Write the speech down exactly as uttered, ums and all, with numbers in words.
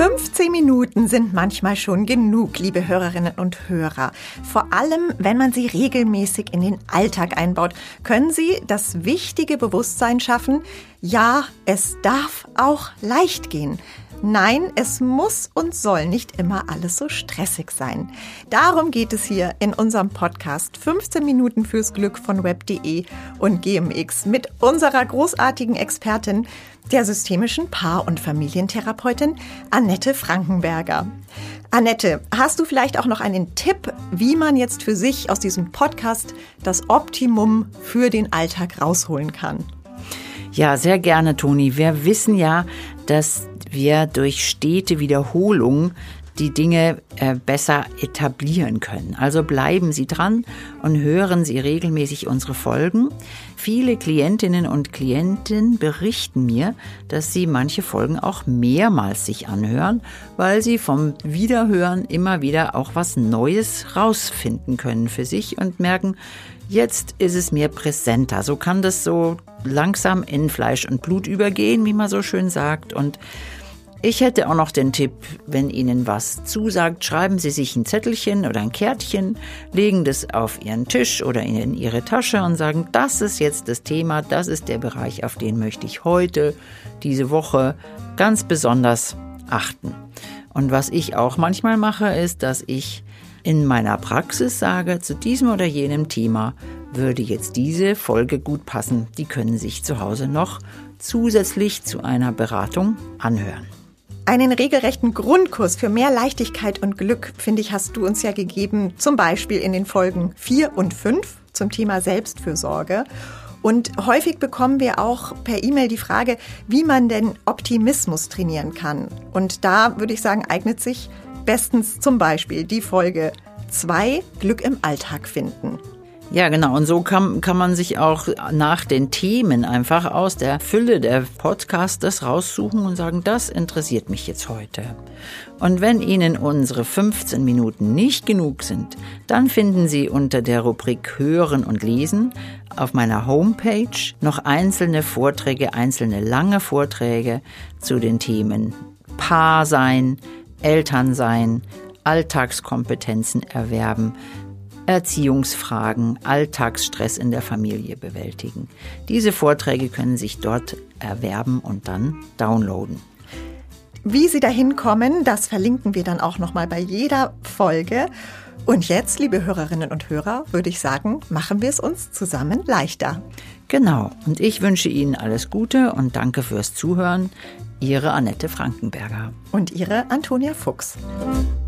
fünfzehn Minuten sind manchmal schon genug, liebe Hörerinnen und Hörer. Vor allem, wenn man sie regelmäßig in den Alltag einbaut, können sie das wichtige Bewusstsein schaffen, ja, es darf auch leicht gehen. Nein, es muss und soll nicht immer alles so stressig sein. Darum geht es hier in unserem Podcast fünfzehn Minuten fürs Glück von web punkt de und G M X mit unserer großartigen Expertin, der systemischen Paar- und Familientherapeutin Annette Frankenberger. Annette, hast du vielleicht auch noch einen Tipp, wie man jetzt für sich aus diesem Podcast das Optimum für den Alltag rausholen kann? Ja, sehr gerne, Toni. Wir wissen ja, dass wir durch stete Wiederholung die Dinge äh, besser etablieren können. Also bleiben Sie dran und hören Sie regelmäßig unsere Folgen. Viele Klientinnen und Klienten berichten mir, dass sie manche Folgen auch mehrmals sich anhören, weil sie vom Wiederhören immer wieder auch was Neues rausfinden können für sich und merken, jetzt ist es mir präsenter. So kann das so langsam in Fleisch und Blut übergehen, wie man so schön sagt. Und ich hätte auch noch den Tipp, wenn Ihnen was zusagt, schreiben Sie sich ein Zettelchen oder ein Kärtchen, legen das auf Ihren Tisch oder in Ihre Tasche und sagen, das ist jetzt das Thema, das ist der Bereich, auf den möchte ich heute, diese Woche ganz besonders achten. Und was ich auch manchmal mache, ist, dass ich in meiner Praxis sage, zu diesem oder jenem Thema würde jetzt diese Folge gut passen. Die können sich zu Hause noch zusätzlich zu einer Beratung anhören. Einen regelrechten Grundkurs für mehr Leichtigkeit und Glück, finde ich, hast du uns ja gegeben, zum Beispiel in den Folgen vier und fünf zum Thema Selbstfürsorge. Und häufig bekommen wir auch per E-Mail die Frage, wie man denn Optimismus trainieren kann. Und da würde ich sagen, eignet sich bestens zum Beispiel die Folge zwei, Glück im Alltag finden. Ja, genau. Und so kann, kann man sich auch nach den Themen einfach aus der Fülle der Podcasts das raussuchen und sagen, das interessiert mich jetzt heute. Und wenn Ihnen unsere fünfzehn Minuten nicht genug sind, dann finden Sie unter der Rubrik Hören und Lesen auf meiner Homepage noch einzelne Vorträge, einzelne lange Vorträge zu den Themen Paarsein, Elternsein, Alltagskompetenzen erwerben, Erziehungsfragen, Alltagsstress in der Familie bewältigen. Diese Vorträge können sich dort erwerben und dann downloaden. Wie Sie dahin kommen, das verlinken wir dann auch nochmal bei jeder Folge. Und jetzt, liebe Hörerinnen und Hörer, würde ich sagen, machen wir es uns zusammen leichter. Genau. Und ich wünsche Ihnen alles Gute und danke fürs Zuhören. Ihre Annette Frankenberger. Und Ihre Antonia Fuchs.